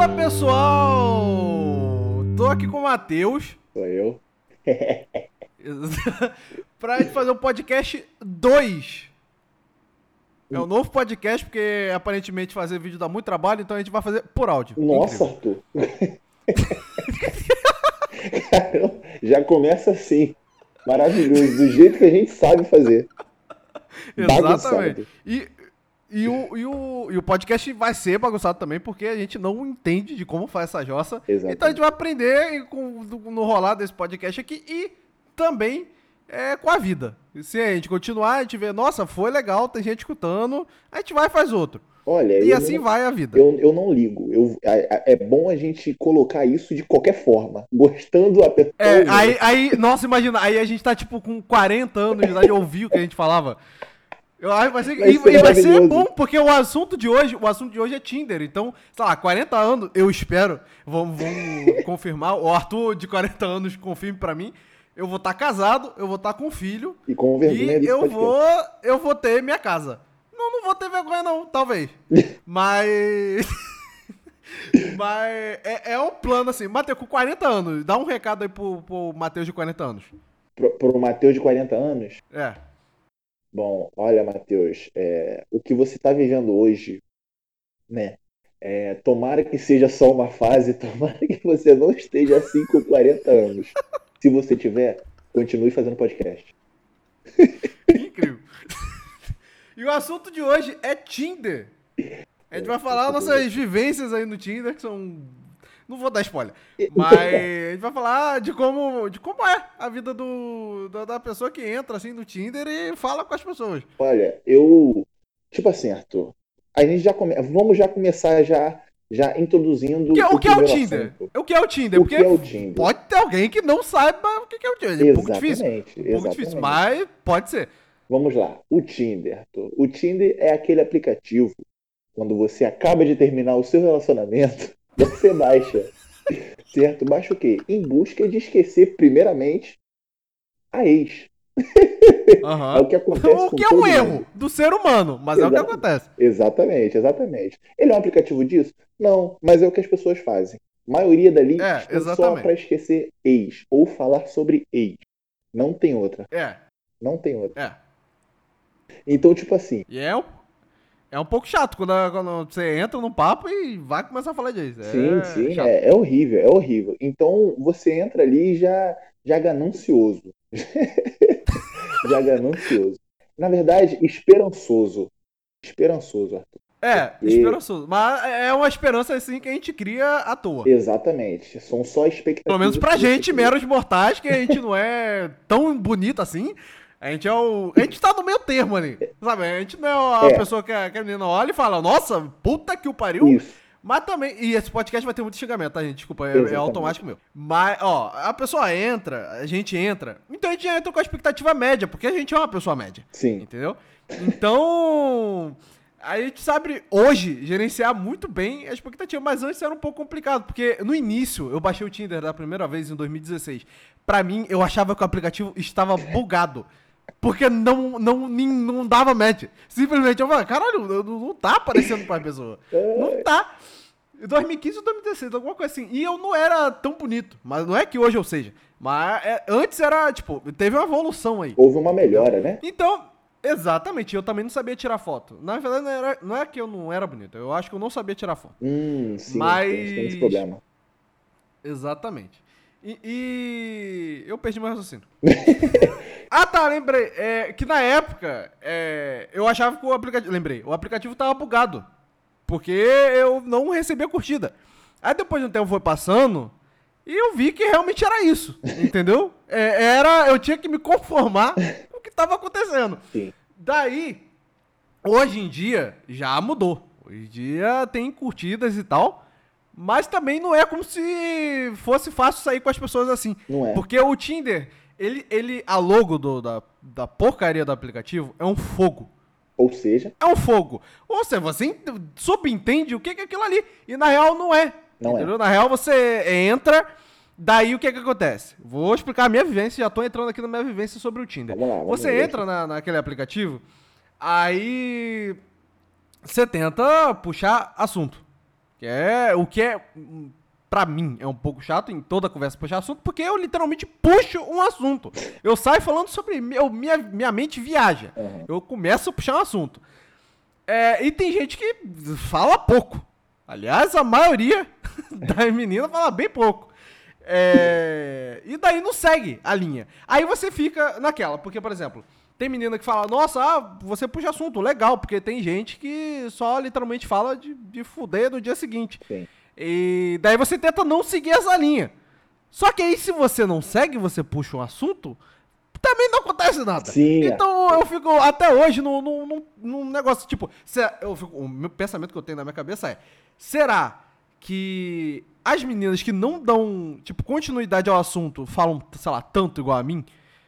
Fala pessoal! Tô aqui com o Matheus. Sou eu. Pra gente fazer o podcast 2. É um novo podcast, porque aparentemente fazer vídeo dá muito trabalho, então a gente vai fazer por áudio. Nossa, Incrível. Arthur. Caramba, já começa assim. Maravilhoso, do jeito que a gente sabe fazer. Exatamente. Bagunçado. E o podcast vai ser bagunçado também, porque a gente não entende de como faz essa jossa. Então a gente Exatamente. vai aprender no rolar desse podcast aqui e também com a vida. E se a gente continuar, a gente vê, nossa, foi legal, tem gente escutando, a gente vai e faz outro. Olha, E assim vai a vida. eu não ligo. É bom a gente colocar isso de qualquer forma. Gostando, apertou ou não. Nossa, imagina, aí a gente tá tipo com 40 anos de idade e ouvir o que a gente falava. Eu acho que vai ser, Vai ser e vai ser maravilhoso. bom, porque o assunto de hoje é Tinder. Então, sei lá, 40 anos, eu espero, vamos confirmar, o Arthur de 40 anos confirme pra mim, eu vou estar casado, eu vou estar com filho, E com vergonha e desse podcast. eu vou ter minha casa. Não vou ter vergonha não, talvez. Mas... Mas é um plano assim. Matheus, com 40 anos, dá um recado aí pro Matheus de 40 anos. Pro Matheus de 40 anos. É. Bom, olha, Matheus, o que você está vivendo hoje, né? Tomara que seja só uma fase, tomara que você não esteja assim com 40 anos. Se você tiver, continue fazendo podcast. Incrível. E o assunto de hoje é Tinder. A gente vai falar nossas vivências aí no Tinder, que são... Não vou dar spoiler. Mas a gente vai falar de como é a vida da pessoa que entra assim no Tinder e fala com as pessoas. Olha, tipo assim, Arthur, vamos já começar já introduzindo O o que é o primeiro Tinder? assunto. O que é o Tinder? O Porque que é o Tinder? pode ter alguém que não saiba o que é o Tinder. É um pouco difícil. Exatamente, Um pouco difícil, exatamente. mas pode ser. Vamos lá, o Tinder, Arthur. O Tinder é aquele aplicativo, quando você acaba de terminar o seu relacionamento, você baixa, certo? Baixa o quê? Em busca de esquecer, primeiramente, a ex. É o que acontece O com que é todo um erro mundo. do ser humano, mas é o que acontece. Exatamente, exatamente. Ele é um aplicativo disso? Não, mas é o que as pessoas fazem. A maioria dali estão só Exatamente. para esquecer ex ou falar sobre ex. Não tem outra. É. Não tem outra. É. Então, tipo assim, E é um pouco chato quando você entra num papo e vai começar a falar disso. sim, É sim, chato. é horrível, é horrível. Então, você entra ali já ganancioso. Já ganancioso. Na verdade, esperançoso. Esperançoso, Arthur. Porque, Esperançoso. Mas é uma esperança assim que a gente cria à toa. exatamente, são só Pelo menos expectativas pra que você gente, cria. meros mortais, que a gente não é tão bonito assim. A gente A gente tá no meio termo ali. Sabe? A gente não é a É, pessoa que a menina olha e fala, nossa, puta que o pariu. isso, Mas também. E esse podcast vai ter muito xingamento, tá, gente? Desculpa, é exatamente. automático meu. Mas, ó, a pessoa entra, a gente entra. Então a gente entra com a expectativa média, porque a gente é uma pessoa média. Sim. Entendeu? Então. A gente sabe hoje gerenciar muito bem a expectativa, mas antes era um pouco complicado, porque no início eu baixei o Tinder da primeira vez em 2016. Pra mim, eu achava que o aplicativo estava bugado. Porque não dava match. Simplesmente eu falei, caralho, não tá aparecendo pra pessoa. Não tá. Em 2015 ou 2016, alguma coisa assim. E eu não era tão bonito. Mas não é que hoje eu seja. Mas antes era, tipo, teve uma evolução aí. Houve uma Entendeu? melhora, né? Então, exatamente, eu também não sabia tirar foto. Na verdade, não é que eu não era bonito. Eu acho que eu não sabia tirar foto. Sim, a gente tem esse Mas. problema. Exatamente. E eu perdi meu raciocínio. Ah, tá, lembrei. Que na época, eu achava que o aplicativo... Lembrei, o aplicativo tava bugado. Porque eu não recebia curtida. Aí depois de um tempo foi passando e eu vi que realmente era isso. Entendeu? Eu tinha que me conformar com o que tava acontecendo. Sim. Daí, hoje em dia, já mudou. Hoje em dia tem curtidas e tal. Mas também não é como se fosse fácil sair com as pessoas assim. Não é. Porque o Tinder, a logo da porcaria do aplicativo é um fogo. Ou seja, É um fogo. Ou seja, você subentende o que é aquilo ali. E na real não é. Não é. Entendeu? Na real você entra, daí o que acontece? Vou explicar a minha vivência, já tô entrando aqui na minha vivência sobre o Tinder. Vamos lá, vamos Você ver. entra naquele aplicativo, aí você tenta puxar assunto. O que é, pra mim, é um pouco chato em toda conversa puxar assunto, porque eu literalmente puxo um assunto. Eu saio falando sobre... Minha mente viaja. Aham. Eu começo a puxar um assunto. E tem gente que fala pouco. Aliás, a maioria das meninas fala bem pouco. E daí não segue a linha. Aí você fica naquela, porque, por exemplo, tem menina que fala, nossa, você puxa assunto, legal, porque tem gente que só literalmente fala de fuder no dia seguinte. Sim. E daí você tenta não seguir essa linha. Só que aí, se você não segue, você puxa um assunto, também não acontece nada. Sim. Então eu fico até hoje num negócio, tipo, o meu pensamento que eu tenho na minha cabeça é, será que as meninas que não dão, tipo, continuidade ao assunto falam, sei lá, tanto igual a mim,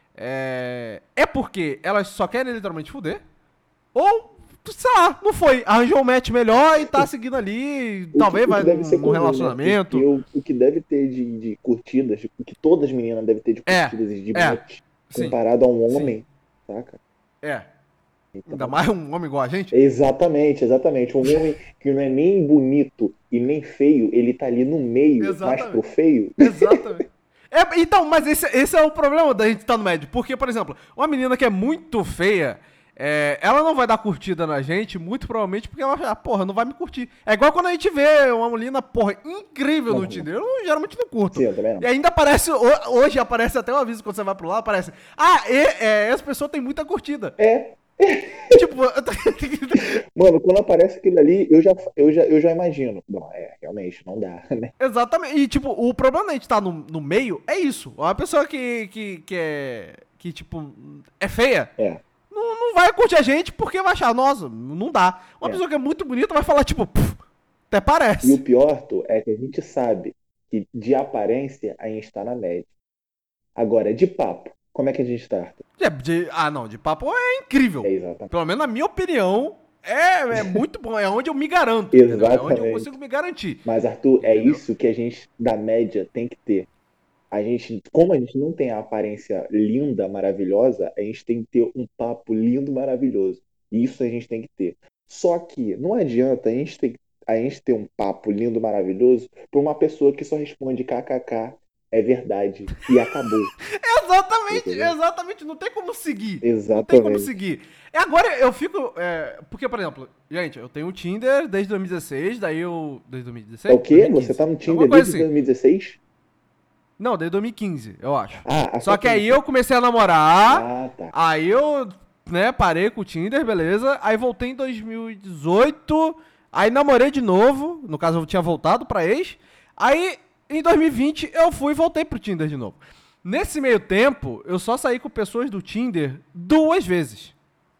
porque elas só querem literalmente fuder? Ou, sei lá, não foi, arranjou um match melhor e tá seguindo ali, talvez vai num relacionamento. Né? O que deve ter de curtidas, o que todas as meninas devem ter de curtidas e de match, comparado a um homem, saca? Então, ainda mais um homem igual a gente. Exatamente. Um homem que não é nem bonito e nem feio, ele tá ali no meio, mais pro feio. Exatamente. Então, mas esse é o problema da gente estar no médio. Porque, por exemplo, uma menina que é muito feia, ela não vai dar curtida na gente, muito provavelmente, porque ela vai, porra, não vai me curtir. É igual quando a gente vê uma menina, porra, incrível no Tinder. Eu geralmente não curto. Sim, eu também não. E ainda aparece, hoje aparece até um aviso quando você vai pro lado, aparece, essa pessoa tem muita curtida. Tipo... Mano, quando aparece aquilo ali, eu já imagino. Não, realmente, não dá, né? Exatamente. E, tipo, o problema da gente estar no meio é isso. Uma pessoa que tipo, é feia, não vai curtir a gente porque vai achar, nossa, não dá. Uma pessoa que é muito bonita vai falar, tipo, até parece. E o pior, é que a gente sabe que de aparência a gente tá na média. Agora, de papo, como é que a gente tá? De papo é incrível. Exatamente. Pelo menos na minha opinião, é muito bom. É onde eu me garanto. Exatamente. É onde eu consigo me garantir. Mas, Arthur, é isso que a gente da média tem que ter. Como a gente não tem a aparência linda, maravilhosa, a gente tem que ter um papo lindo, maravilhoso. Isso a gente tem que ter. Só que não adianta a gente ter um papo lindo, maravilhoso para uma pessoa que só responde kkk, é verdade, e acabou. Exatamente. Não tem como seguir. Exatamente. Não tem como seguir. Agora eu fico... porque, por exemplo, gente, eu tenho o Tinder desde 2016, daí eu... Desde 2016? É o quê? 2015. Você tá no Tinder desde 2016? Não, desde 2015, eu acho. Ah, só que aí eu comecei a namorar, tá. Aí eu, parei com o Tinder, beleza. Aí voltei em 2018, aí namorei de novo, no caso eu tinha voltado pra ex. Aí, em 2020, eu fui e voltei pro Tinder de novo. Nesse meio tempo, eu só saí com pessoas do Tinder 2 vezes.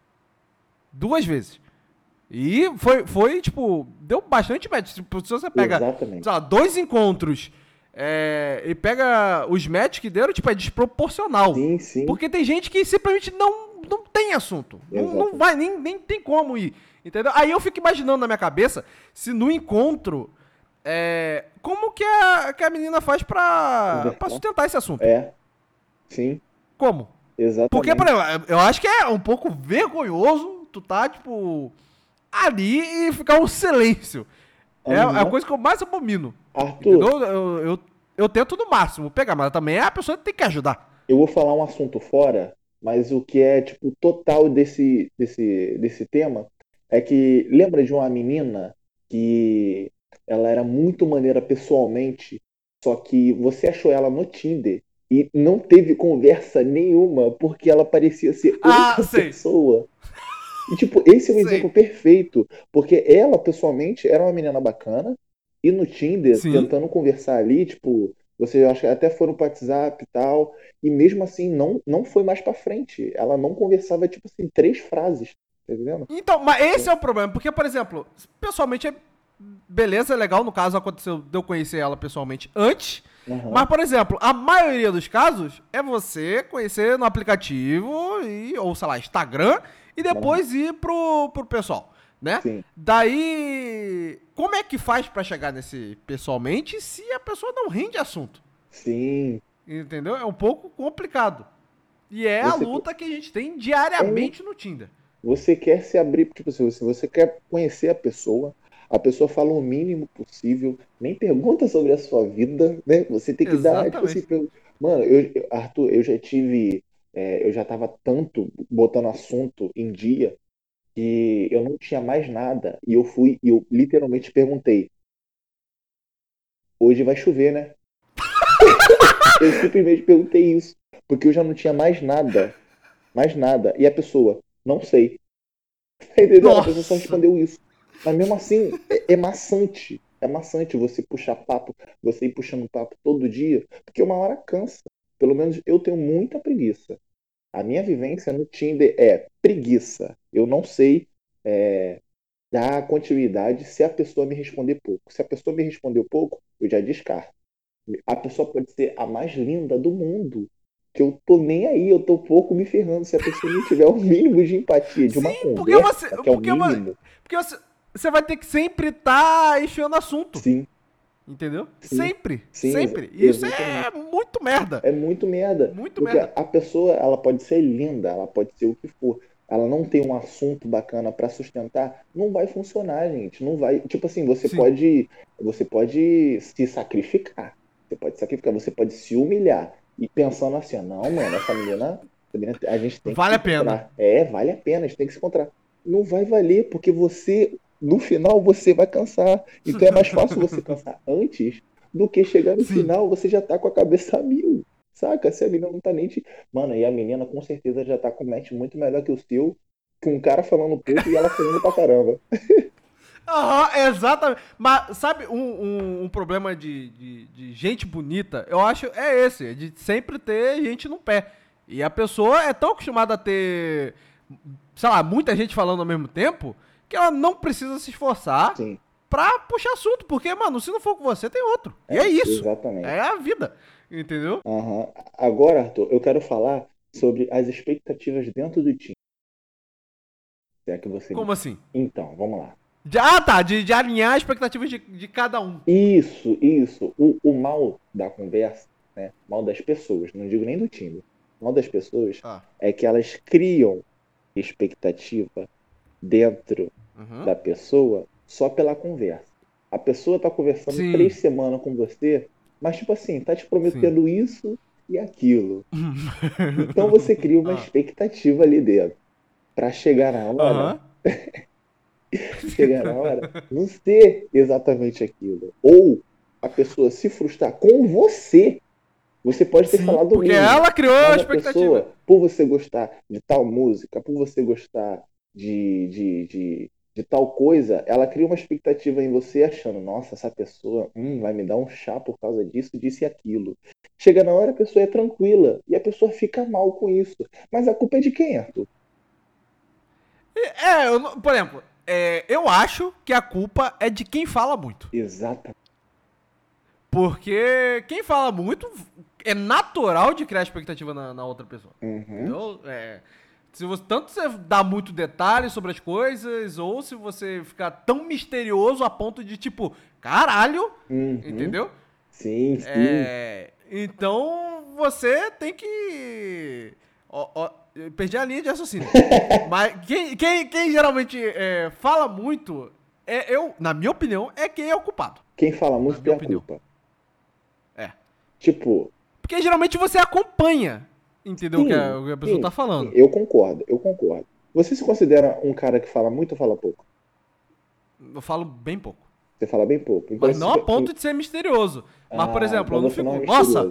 2 vezes. E foi tipo, deu bastante match. Se você pega, sei lá, 2 encontros... e pega os matches que deram, tipo, é desproporcional. Sim. Porque tem gente que simplesmente não tem assunto. Não vai, nem tem como ir. Entendeu? Aí eu fico imaginando na minha cabeça se no encontro, como que a menina faz pra sustentar esse assunto. Sim. Como? Exatamente. Porque, por exemplo, eu acho que é um pouco vergonhoso tu tá, tipo, ali e ficar um silêncio. É a coisa que eu mais abomino. Arthur, entendeu? Eu tento no máximo pegar, mas também a pessoa tem que ajudar. Eu vou falar um assunto fora, mas o que é tipo total desse tema é que lembra de uma menina que ela era muito maneira pessoalmente, só que você achou ela no Tinder e não teve conversa nenhuma porque ela parecia ser outra pessoa. E, tipo, esse é um exemplo perfeito, porque ela, pessoalmente, era uma menina bacana, e no Tinder, tentando conversar ali, tipo, você acha que até foram pro WhatsApp e tal, e mesmo assim, não foi mais pra frente. Ela não conversava, tipo assim, 3 frases, tá entendendo? Então, mas esse é o problema, porque, por exemplo, pessoalmente, beleza, é legal, no caso, aconteceu de eu conhecer ela pessoalmente antes, mas, por exemplo, a maioria dos casos é você conhecer no aplicativo, ou, sei lá, Instagram, e depois ir pro pessoal, né? Sim. Daí, como é que faz pra chegar nesse pessoalmente se a pessoa não rende assunto? Sim. Entendeu? É um pouco complicado. E a luta que a gente tem diariamente no Tinder. Você quer se abrir, tipo assim, você quer conhecer a pessoa, A pessoa fala o mínimo possível, nem pergunta sobre a sua vida, né? Você tem que dar, tipo assim, Exatamente. mano, Arthur, eu já tive, eu já tava tanto botando assunto em dia que eu não tinha mais nada. E eu fui, e eu literalmente perguntei, hoje vai chover, né? Eu simplesmente perguntei isso, porque eu já não tinha mais nada, mais nada. E a pessoa, não sei. Entendeu? A pessoa só Nossa! respondeu isso. Mas mesmo assim, é maçante. É maçante você puxar papo, você ir puxando papo todo dia, porque uma hora cansa. Pelo menos eu tenho muita preguiça. A minha vivência no Tinder é preguiça. Eu não sei é, dar continuidade se a pessoa me responder pouco. Se a pessoa me respondeu pouco, eu já descarto. A pessoa pode ser a mais linda do mundo. Que eu tô nem aí, eu tô pouco me ferrando. Se a pessoa não tiver o mínimo de empatia, de uma Sim, porque conversa, você. que é o Porque, mínimo, porque você vai ter que sempre estar enfiando assunto. sim, Entendeu? sim, Sempre. sim, Sempre. Isso exatamente. é muito merda. É muito merda. Muito Porque merda. a pessoa, ela pode ser linda, ela pode ser o que for. Ela não tem um assunto bacana para sustentar, não vai funcionar, gente. Não vai. Tipo assim, Sim. você pode se sacrificar. Você pode sacrificar, você pode se humilhar. E pensando assim, ó, não, mano, essa menina, a gente tem que se Vale a pena. encontrar. É, vale a pena, a gente tem que se encontrar. Não vai valer, porque você, no final, você vai cansar. Então é mais fácil você cansar antes do que chegar no Sim. final, você já tá com a cabeça a mil. Saca? Se a menina não tá nem te. Mano, e a menina com certeza já tá com um match muito melhor que o seu, com um cara falando pouco e ela falando pra caramba. Aham, exatamente. Mas sabe um problema de gente bonita? Eu acho é esse, é de sempre ter gente no pé. E a pessoa é tão acostumada a ter, sei lá, muita gente falando ao mesmo tempo, que ela não precisa se esforçar Sim, pra puxar assunto. Porque, mano, se não for com você, tem outro. E é isso. É exatamente. a vida. Entendeu? Aham. Agora, Arthur, eu quero falar sobre as expectativas dentro do time. Se é que você me. Como assim? Então, vamos lá. Tá, de alinhar as expectativas de cada um. Isso. O mal da conversa, né? Mal das pessoas, não digo nem do time. O mal das pessoas Ah. é que elas criam expectativa dentro Uhum. da pessoa só pela conversa. A pessoa tá conversando Sim, 3 semanas com você, mas tipo assim, tá te sim. prometendo isso e aquilo. Então você cria uma Ah. expectativa ali dentro. Pra Aham. chegar na hora, não ser exatamente aquilo. Ou a pessoa se frustrar com você. Você pode ter Sim, falado o porque mínimo, ela criou a mas a expectativa. pessoa, por você gostar de tal música, por você gostar de tal coisa, ela cria uma expectativa em você achando, nossa, essa pessoa vai me dar um chá por causa disso, disso e aquilo. Chega na hora, a pessoa é tranquila e a pessoa fica mal com isso. Mas a culpa é de quem, Arthur? Por exemplo, eu acho que a culpa é de quem fala muito. Exata. Porque quem fala muito é natural de criar expectativa na outra pessoa. Uhum, Entendeu? Se você, tanto você dá muito detalhe sobre as coisas, ou se você ficar tão misterioso a ponto de tipo, caralho, uhum. entendeu? Sim. Então você tem que. Eu perdi a linha de raciocínio. Mas quem geralmente fala muito, na minha opinião, é quem é o culpado. Quem fala Na muito minha tem a opinião. culpa. É. Tipo, Porque geralmente você acompanha, entendeu? sim, O que a pessoa sim, tá sim, falando. eu concordo. Você se considera um cara que fala muito ou fala pouco? Eu falo bem pouco. Você fala bem pouco. Então, Mas não a ponto de ser misterioso. Mas, por exemplo, então eu não você não é fico, nossa, misterioso.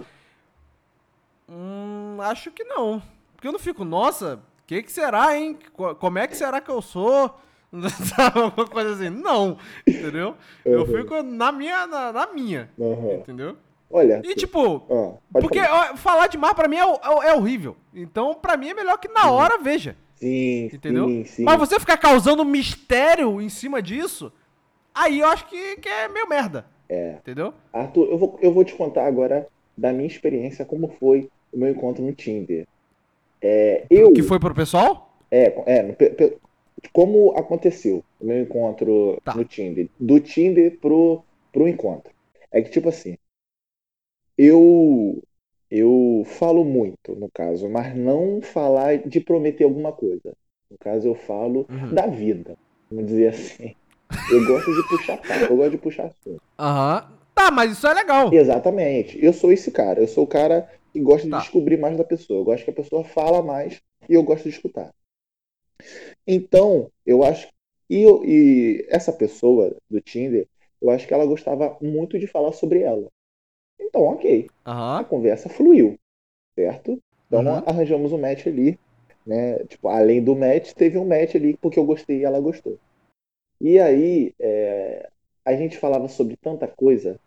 acho que não. Porque eu não fico, nossa, o que será, hein? Como é que será que eu sou? Sabe, alguma coisa assim. Não, entendeu? Eu Uhum, fico na minha, uhum. entendeu? Olha, E Arthur, tipo, pode porque falar. falar demais pra mim é horrível. Então, pra mim é melhor que na Sim, hora veja, sim, entendeu? sim, Mas sim. você ficar causando mistério em cima disso, aí eu acho que é meio merda, É. entendeu? Arthur, eu vou te contar agora da minha experiência, como foi o meu encontro no Tinder. Que Eu, foi pro pessoal? como aconteceu o meu encontro no Tá. Tinder, do Tinder pro encontro. É que, tipo assim, eu eu falo muito, no caso, mas não falar de prometer alguma coisa. No caso, eu falo Uhum. da vida, vamos dizer assim. Eu gosto de puxar papo, eu gosto de puxar assunto. Aham. Tá, mas isso é legal. Exatamente. Eu sou esse cara. Eu sou o cara que gosta de Tá. descobrir mais da pessoa. Eu gosto que a pessoa fala mais e eu gosto de escutar. Então, eu acho. E essa pessoa do Tinder, eu acho que ela gostava muito de falar sobre ela. Então, ok. A Aham. conversa fluiu, certo? Então, Uhum. arranjamos um match ali, né? Tipo, além do match, teve um match ali porque eu gostei e ela gostou. E aí, a gente falava sobre tanta coisa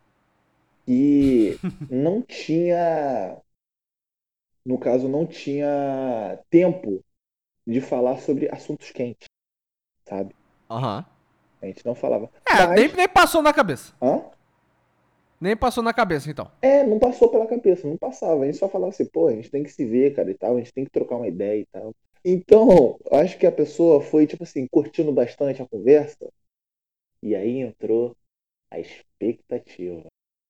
que não tinha, no caso, não tinha tempo de falar sobre assuntos quentes, sabe? Aham. A gente não falava. É, nem, Mas, nem passou na cabeça. hã? Nem passou na cabeça, então. Não passou pela cabeça, não passava. A gente só falava assim, pô, a gente tem que se ver, cara, e tal, a gente tem que trocar uma ideia e tal. Então, eu acho que a pessoa foi, tipo assim, curtindo bastante a conversa, e aí entrou a expectativa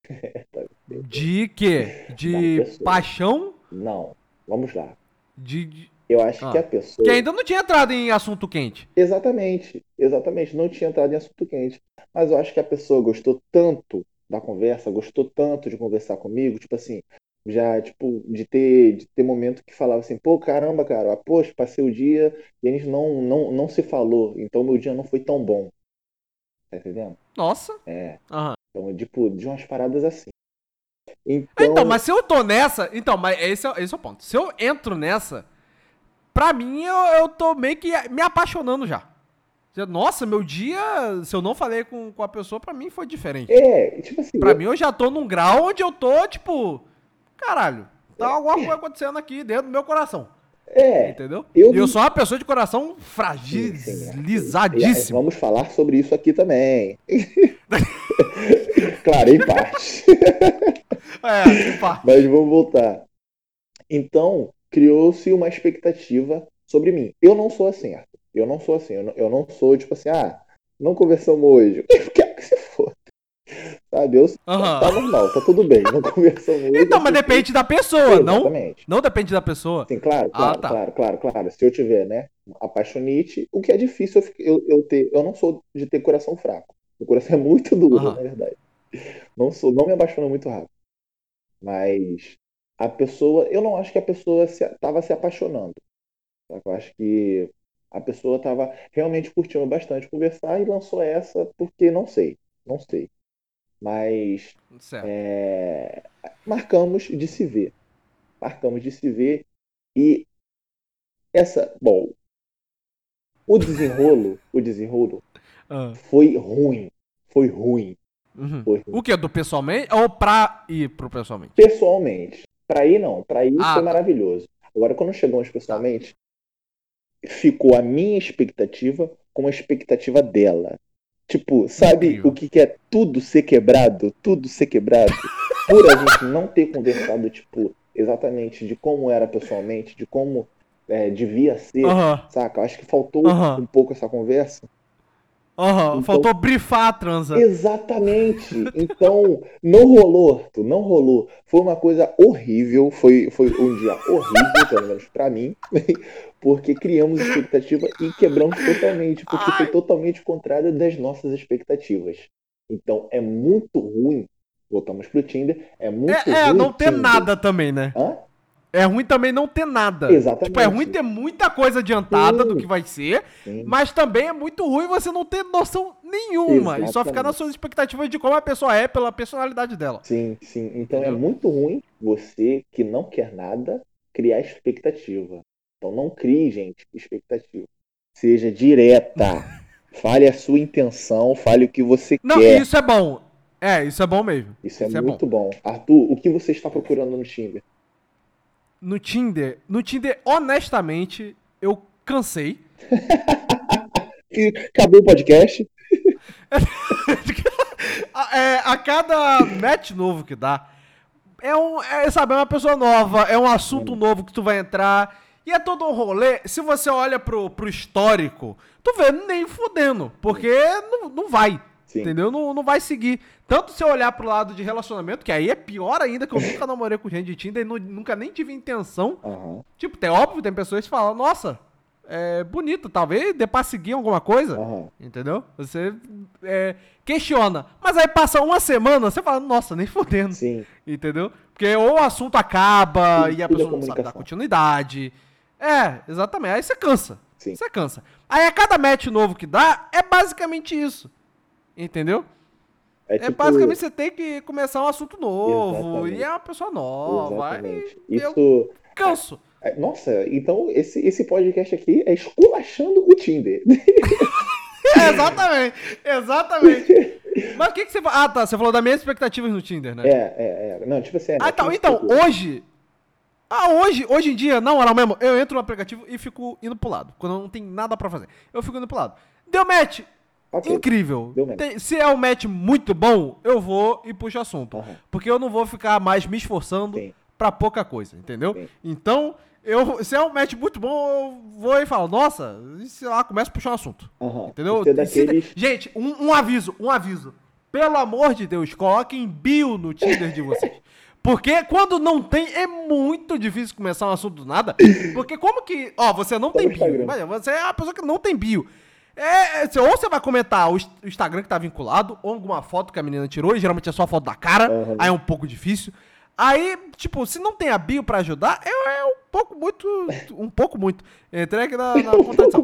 De quê? da De pessoa. paixão? Não, vamos lá. De. Eu acho que a Ah. Que pessoa. ainda não tinha entrado em assunto quente. Exatamente, exatamente. Não tinha entrado em assunto quente. Mas eu acho que a pessoa gostou tanto da conversa, gostou tanto de conversar comigo, tipo assim, já, tipo, de ter momento que falava assim, pô, caramba, cara, poxa, passei o dia e a gente não se falou, então meu dia não foi tão bom, tá entendendo? Nossa. É, Aham. então, tipo, de umas paradas assim. Então, Então, mas se eu tô nessa. Então, mas esse é o ponto. Se eu entro nessa, pra mim eu tô meio que me apaixonando já. Nossa, meu dia, se eu não falei com a pessoa, pra mim foi diferente. tipo assim, Pra mim eu já tô num grau onde eu tô, tipo, caralho, tá alguma coisa acontecendo aqui dentro do meu coração. é, Entendeu? eu E eu me. sou uma pessoa de coração Sim, Arthur. E aí, fragilizadíssimo. vamos falar sobre isso aqui também. Claro, em parte. É, em Mas parte. vamos voltar. Então, criou-se uma expectativa sobre mim. Eu não sou assim, Arthur. Eu não sou assim. Eu não sou tipo assim, não conversamos hoje. Eu quero que você for, sabe? Aham. Tá normal, tá tudo bem. Não conversamos hoje, é Então, mas porque. depende da pessoa, não? Exatamente. Não depende da pessoa. Sim, claro, Ah, claro, tá. claro, claro, claro. Se eu tiver, né, apaixonite, o que é difícil eu ter. Eu não sou de ter coração fraco. O coração é muito duro, na Aham. verdade. Não me apaixono muito rápido. Mas a pessoa, eu não acho que a pessoa estava se apaixonando. Sabe? Eu acho que a pessoa estava realmente curtindo bastante conversar e lançou essa porque não sei, não sei. Mas Certo. é, marcamos de se ver, marcamos de se ver e bom, o desenrolo Ah. foi ruim, foi ruim, Uhum. foi ruim. O que? Do pessoalmente ou pra ir pro pessoalmente? Pessoalmente, para ir não, para ir Ah, foi tá. maravilhoso. Agora quando chegamos Tá. pessoalmente ficou a minha expectativa com a expectativa dela. Tipo, sabe o Incrível. que que é tudo ser quebrado? Tudo ser quebrado por a gente não ter conversado, tipo, exatamente de como era pessoalmente, de como devia ser, Aham. saca? Eu acho que faltou Aham. um pouco essa conversa. Aham. Então, Faltou brifar a transa. exatamente. Então, não rolou, Arthur, não rolou. Foi uma coisa horrível, foi um dia horrível, pelo menos pra mim, porque criamos expectativa e quebramos totalmente, porque foi Ai. totalmente contrário das nossas expectativas. Então, é muito ruim, voltamos pro Tinder, é muito ruim Não o ter Tinder. nada também, né? Hã? É ruim também não ter nada. Tipo, é ruim Exatamente. ter muita coisa adiantada do que Sim, vai ser, sim, mas também é muito ruim você não ter noção nenhuma e só ficar nas exatamente. suas expectativas de como a pessoa é pela personalidade dela. Sim, sim. Então é Entendeu? muito ruim você que não quer nada criar expectativa. Então não crie, gente, expectativa. Seja direta. Fale a sua intenção, fale o que você Não, quer. isso é bom. É, isso é bom mesmo. Isso é Isso é bom. muito bom. Arthur, o que você está procurando no Tinder? No Tinder, honestamente, eu cansei. Acabou o podcast? A cada match novo que dá, sabe, é uma pessoa nova, é um assunto Hum, novo que tu vai entrar, e é todo um rolê. Se você olha pro histórico, tu vê nem fudendo, porque não vai, sim. entendeu? Não vai seguir. Tanto se eu olhar pro lado de relacionamento, que aí é pior ainda, que eu nunca namorei com gente de Tinder e nunca nem tive intenção. Aham. Tipo, é óbvio, tem pessoas que falam, nossa, bonita. Talvez dê pra seguir alguma coisa, entendeu? Você questiona. Mas aí passa uma semana, você fala, nossa, nem fodendo. Sim. Entendeu? Porque ou o assunto acaba e a Tudo é pessoa não sabe dar comunicação. continuidade. Exatamente. Aí você cansa. Sim. Você cansa. Aí a cada match novo que dá, é basicamente isso. Entendeu? Tipo, basicamente você tem que começar um assunto novo. Exatamente. E é uma pessoa nova. Exatamente. Eu Isso. canso. Nossa, então esse podcast aqui é esculachando o Tinder. Exatamente. Mas o que você falou? Ah, tá. Você falou das minhas expectativas no Tinder, né? Não, tipo assim, Então, hoje. Hoje em dia, não, era mesmo. Eu entro no aplicativo e fico indo pro lado. Quando não tem nada pra fazer. Eu fico indo pro lado. Deu match. Okay. Incrível. Deu match. Se é um match muito bom, eu vou e puxo assunto. Uhum. Porque eu não vou ficar mais me esforçando pra pouca coisa, entendeu? Sim. Então, se é um match muito bom, eu vou e falo, nossa, sei lá, começa a puxar um assunto. Entendeu? Gente, um aviso. Pelo amor de Deus, coloquem bio no Tinder de vocês. Porque quando não tem, é muito difícil começar um assunto do nada. Porque como que... você não tem bio. Imagina, você é uma pessoa que não tem bio. Ou você vai comentar o Instagram que tá vinculado, ou alguma foto que a menina tirou, e geralmente é só a foto da cara, aí é um pouco difícil. Aí, tipo, se não tem a bio pra ajudar, é um pouco muito. Entrei aqui na contradição.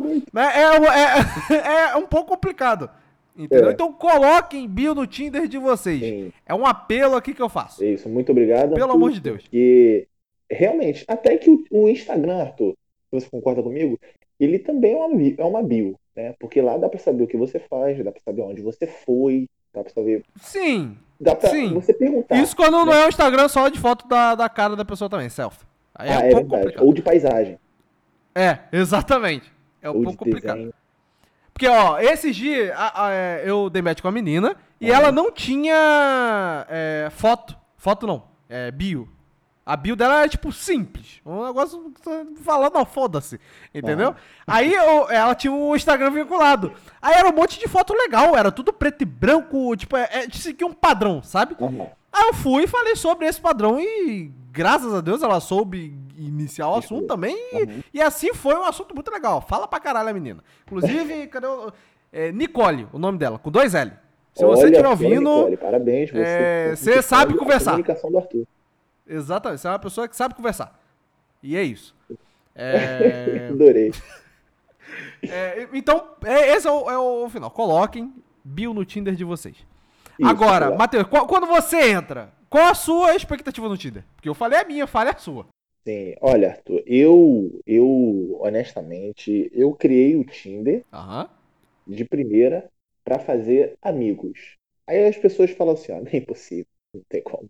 É um pouco complicado. Entendeu? Então coloquem bio no Tinder de vocês. Sim. É um apelo aqui que eu faço. Isso, muito obrigado. Pelo amor de Deus. Porque, realmente, até que o Instagram, Arthur, se você concorda comigo, ele também é uma bio, né? Porque lá dá pra saber o que você faz, dá pra saber onde você foi, dá pra saber... Sim. Dá pra você perguntar. Isso quando não é um Instagram só de foto da cara da pessoa também, selfie. Aí é um pouco complicado. Ou de paisagem. exatamente. É um pouco complicado. Desenho. Porque, esses dias eu dei match com a menina e ela não tinha foto. Foto não, bio. A bio dela era, tipo, simples. Um negócio falando, não, foda-se. Entendeu? Aí ela tinha um Instagram vinculado. Aí era um monte de foto legal, era tudo preto e branco, tipo, seguia um padrão, sabe? Aí eu fui e falei sobre esse padrão e, graças a Deus, ela soube iniciar o assunto também. E assim foi um assunto muito legal. Fala pra caralho a menina. Inclusive, cadê o... Nicole, o nome dela, com 2 L. Se você estiver ouvindo... Nicole, parabéns. Você sabe conversar. A comunicação do Arthur. Exatamente, você é uma pessoa que sabe conversar. E é isso. Adorei. Então, esse é o final. Coloquem bio no Tinder de vocês. Isso, agora, Matheus, quando você entra, qual a sua expectativa no Tinder? Porque eu falei a minha, fale a sua. Sim, olha, Arthur, eu honestamente, eu criei o Tinder de primeira pra fazer amigos. Aí as pessoas falam assim, não é impossível, não tem como.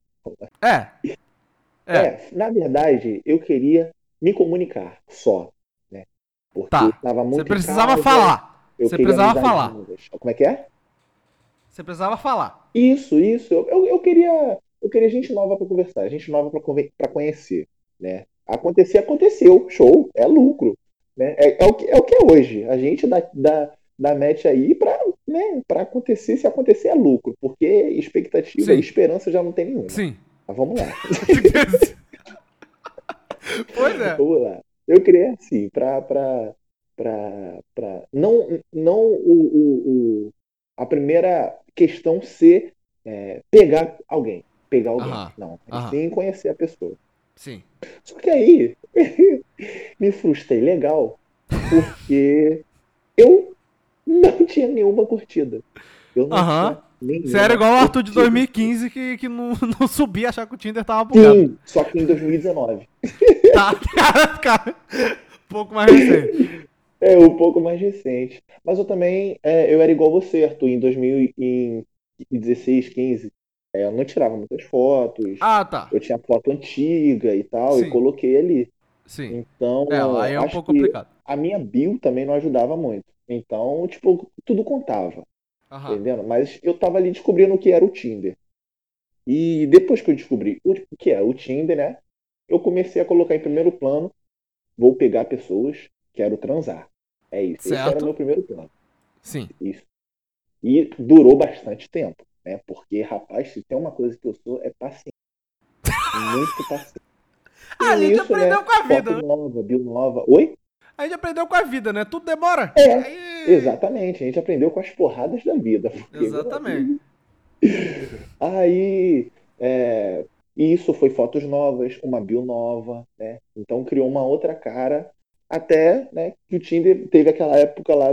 Na verdade, eu queria me comunicar só, né? Porque eu tava muito você precisava falar. Você precisava falar. Como é que é? Você precisava falar. Isso. Eu queria gente nova pra conversar, gente nova pra conhecer, né? Aconteceu, show, é lucro, né? É o que é hoje. A gente dá match aí pra acontecer, se acontecer é lucro, porque expectativa e esperança já não tem nenhuma. Sim. Mas vamos lá. Pois é. Vamos lá. Eu criei assim, a primeira questão ser pegar alguém. Não, sim conhecer a pessoa. Sim. Só que aí me frustrei legal, porque eu não tinha nenhuma curtida. Eu não tinha nenhuma. Você era igual o Arthur de 2015 que não subia achar que o Tinder tava bugado. Sim, só que em 2019. Cara, um pouco mais recente. Um pouco mais recente. Mas eu também, eu era igual você, Arthur, em 2016, 15. Eu não tirava muitas fotos. Tá. Eu tinha foto antiga e tal, e coloquei ali. Sim. Então, aí é um pouco que complicado. a minha bio também não ajudava muito. Então, tipo, tudo contava. Entendendo? Mas eu tava ali descobrindo o que era o Tinder. E depois que eu descobri o que é o Tinder, né? Eu comecei a colocar em primeiro plano, vou pegar pessoas, quero transar. É isso. Certo. Esse era o meu primeiro plano. Sim. Isso. E durou bastante tempo, né? Porque, rapaz, se tem uma coisa que eu sou, é paciente. Muito paciente. A gente aprendeu com a vida. Foto nova, bio nova. Oi? A gente aprendeu com a vida, né? Tudo demora. É, Aí... exatamente. A gente aprendeu com as porradas da vida. Porque, meu Exatamente. amigo, aí, e isso foi fotos novas, uma bio nova, né? Então criou uma outra cara, até, né, que o Tinder teve aquela época lá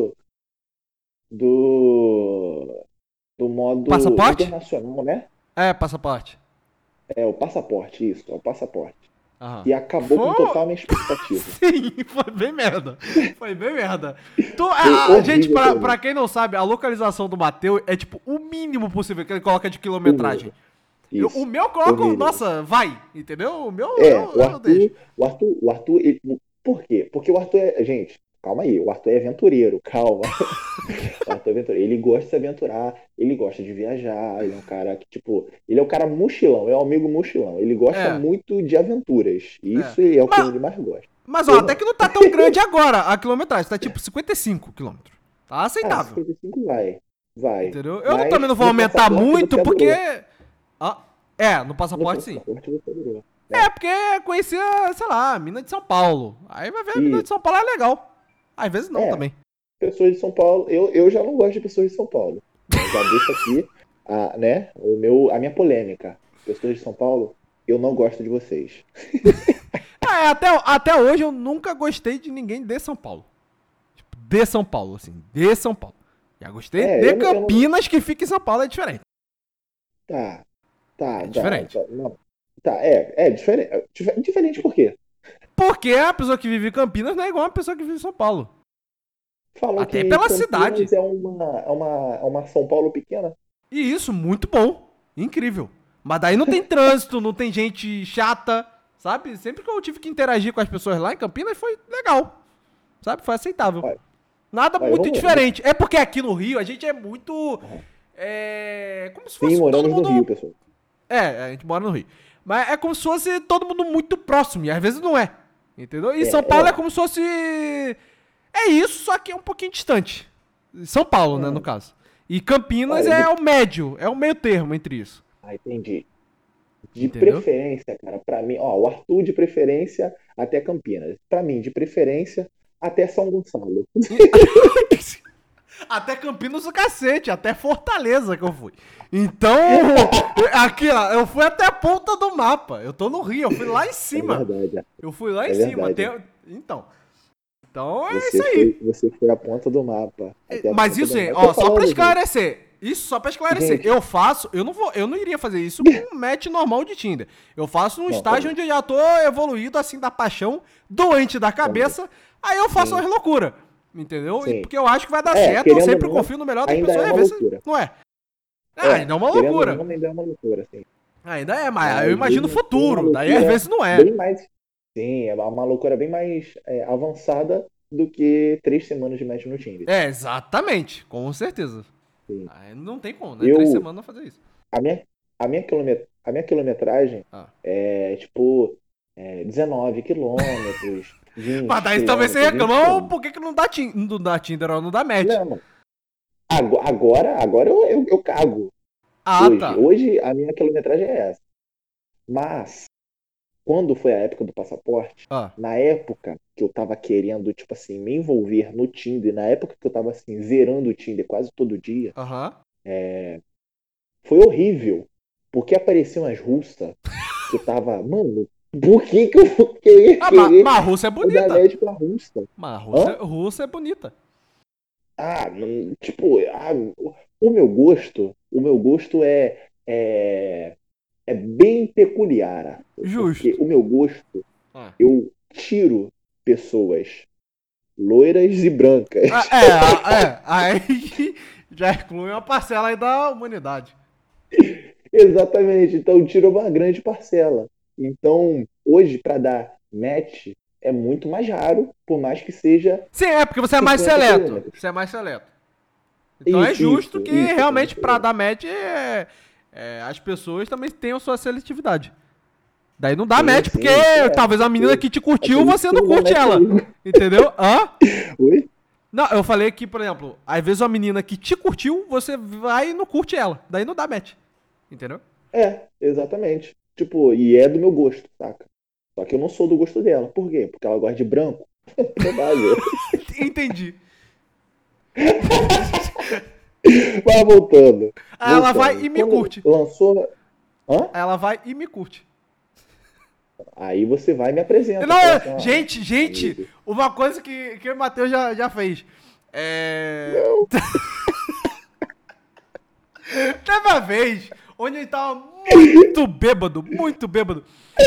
do, do modo Passaporte? internacional, né? É, passaporte. É o passaporte, isso, é o passaporte. Aham. E acabou com Foi... total minha expectativa. Sim, foi bem merda. Foi bem merda. Foi Gente, horrível pra pra mim. quem não sabe, a localização do Matheus é tipo o mínimo possível que ele coloca de O quilometragem. meu, O isso. meu eu Eu coloco, virei. nossa, vai, entendeu? O meu É, eu deixo. o Arthur, por quê? Porque o Arthur gente, calma aí, o Arthur é aventureiro, calma. O Arthur é aventureiro, ele gosta de se aventurar, ele gosta de viajar, ele é um cara que, tipo, ele é o cara mochilão, é o amigo mochilão, ele gosta É, muito de aventuras, e é. isso é o que Mas, ele mais gosta. mas ó, Eu até não. que não tá tão grande agora a quilometragem, tá tipo 55 quilômetros. Tá Ah, aceitável. 55 vai. Entendeu? Eu também Mas não vou no aumentar passaporte muito você porque. adorou. Ah, é, no No passaporte sim. passaporte você adorou, É, né? porque conhecia, sei lá, a mina de São Paulo. Aí vai ver a mina E, de São Paulo é legal. Às vezes não é, também. pessoas de São Paulo, eu já não gosto de pessoas de São Paulo. Né? Já deixo aqui né, a minha polêmica. Pessoas de São Paulo, eu não gosto de vocês. É, até hoje eu nunca gostei de ninguém de São Paulo. Tipo, de São Paulo, assim, de São Paulo. Já gostei de Eu não. Campinas, que fica em São Paulo, é diferente. Tá, É diferente. não. Tá, é diferente. Diferente por quê? Porque a pessoa que vive em Campinas não é igual a pessoa que vive em São Paulo. Falam Até que pela cidade. Campinas é uma São Paulo pequena? E isso, muito bom. Incrível. Mas daí não tem trânsito, não tem gente chata, sabe? Sempre que eu tive que interagir com as pessoas lá em Campinas foi legal. Sabe? Foi aceitável. Olha, Nada olha, muito vamos. diferente. É porque aqui no Rio a gente é muito. Aham. Como se Sim, fosse todo moramos no Rio, mundo. pessoal. É, a gente mora no Rio. Mas é como se fosse todo mundo muito próximo. E às vezes não é. Entendeu? E São Paulo é É. como se fosse. É isso, só que é um pouquinho distante. São Paulo, né, no Hum, caso. E Campinas olha, é o médio. É o meio termo entre isso. entendi. De Entendeu? preferência, cara, pra mim, ó, o Arthur de preferência até Campinas. Pra mim, de preferência até São Gonçalo. Até Campinas o cacete, até Fortaleza que eu fui. Então, aqui, ó, eu fui até a ponta do mapa. Eu tô no Rio, eu fui lá em É cima. verdade, Eu fui lá em é cima. verdade. Então é isso aí. Você foi a ponta do mapa. Até a Mas ponta isso do aí, mapa. Eu tô ó, só pra falando, gente. esclarecer. Isso só pra esclarecer. Gente, Eu não iria fazer isso com um match normal de Tinder. Eu faço num não, estágio onde eu já tô evoluído assim da paixão, doente da também. cabeça, aí eu faço Sim, umas loucuras. Entendeu? E sim. porque eu acho que vai dar certo, eu Querendo ou sempre não, confio no melhor das ainda é pessoas e uma às vezes loucura. não é. Ah, ainda é uma Querendo ou loucura. não, ainda é uma loucura, assim. Ainda é, mas eu Mas imagino o mesmo assim, é uma futuro. Daí às loucura vezes não é. bem mais. Sim, é uma loucura bem mais avançada do que 3 semanas de match no Tinder. É, exatamente. Com certeza. Sim. Aí não tem como, né? 3 Eu, semanas não fazer isso. a minha, a minha quilometragem Ah. é tipo 19 quilômetros, Mas 20 daí talvez você quilômetros, 20 reclama, "Oh, quilômetros. por que, que não dá Tinder ou não dá match? Não, agora eu cago. Ah, Hoje, tá. hoje a minha quilometragem é essa. Mas quando foi a época do passaporte, Ah, na época que eu tava querendo, tipo assim, me envolver no Tinder, na época que eu tava assim, zerando o Tinder quase todo dia, aham. foi horrível. Porque apareciam as russas que eu tava, mano, por que eu ia Ah, mas querer a Rússia é dar bonita. match pra russa? Mas Hã? A Rússia é bonita. Tipo, o meu gosto é bem peculiar, Arthur, porque Justo. o meu gosto, Ah, eu tiro pessoas loiras e brancas. Aí já exclui uma parcela aí da humanidade. Exatamente, então tira uma grande parcela. Então, hoje, para dar match, é muito mais raro, por mais que seja Sim, é porque você é mais 50 seleto. quilômetros. Você é mais seleto. Então é justo que Isso, é realmente muito pra legal. dar match as pessoas também tenham sua seletividade. Daí não dá Sim, match porque sim, isso talvez com a menina certeza. que te É por curtiu, isso você que não não dá curte match ela. comigo. Entendeu? Hã? Oi? Não, eu falei que, por exemplo, às vezes uma menina que te curtiu, você vai e não curte ela. Daí não dá match. Entendeu? Exatamente. Tipo, e é do meu gosto, saca? Só que eu não sou do gosto dela. Por quê? Porque ela gosta de branco. Provável. Entendi. Mas voltando. Aí ela vai e me Quando curte. lançou. Hã? Aí ela vai e me curte. Aí você vai e me apresenta. Não, Fala assim, ó, gente, amigo. uma coisa que o Matheus já fez. É. Não. Teve uma vez onde ele tava muito bêbado, muito bêbado.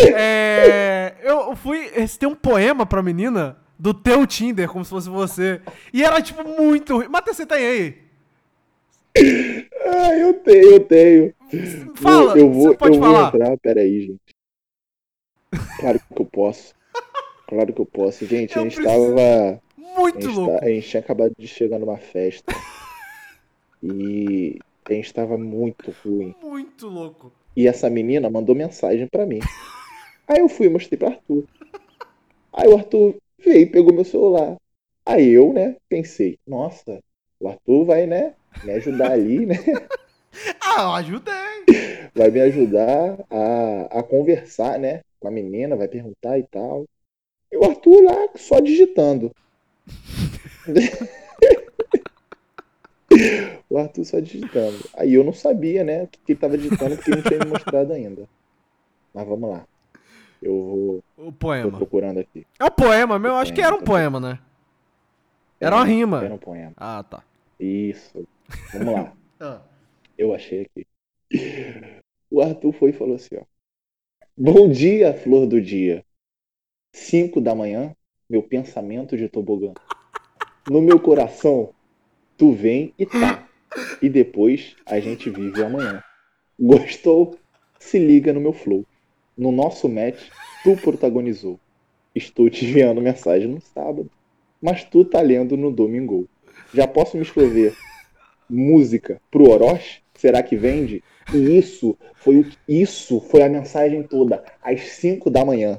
Eu fui recitei um poema pra menina do teu Tinder, como se fosse você. E era, tipo, muito ruim. Matheus, você tem aí? Ah, eu tenho. Fala, você pode Eu vou falar. entrar, peraí, gente. Claro que eu posso. Claro que eu posso. Gente, Eu preciso. A Muito a louco. gente tinha acabado de chegar numa festa e a gente tava muito ruim. Muito louco. E essa menina mandou mensagem pra mim. Aí eu fui e mostrei pro Arthur. Aí o Arthur veio e pegou meu celular. Aí eu, né, pensei, nossa, o Arthur vai, né, me ajudar ali, né? Ah, eu ajudei. Vai me ajudar a conversar, né, com a menina, vai perguntar e tal. E o Arthur lá só digitando. O Arthur só digitando. Aí eu não sabia, né, o que ele tava digitando porque ele não tinha me mostrado ainda. Mas vamos lá. O Tô poema. procurando aqui. É um poema O mesmo? Acho que poema, era um tá aqui. poema, né? Era uma Era rima. um poema. Ah, tá. Isso. Vamos lá. Ah. Eu achei aqui. O Arthur foi e falou assim, ó. Bom dia, flor do dia. 5 da manhã, meu pensamento de tobogã. No meu coração, tu vem e tá. E depois a gente vive o amanhã. Gostou? Se liga no meu flow. No nosso match, tu protagonizou. Estou te enviando mensagem no sábado, mas tu tá lendo no domingo. Já posso me escrever música pro Orochi? Será que vende? E isso foi a mensagem toda, às 5 da manhã.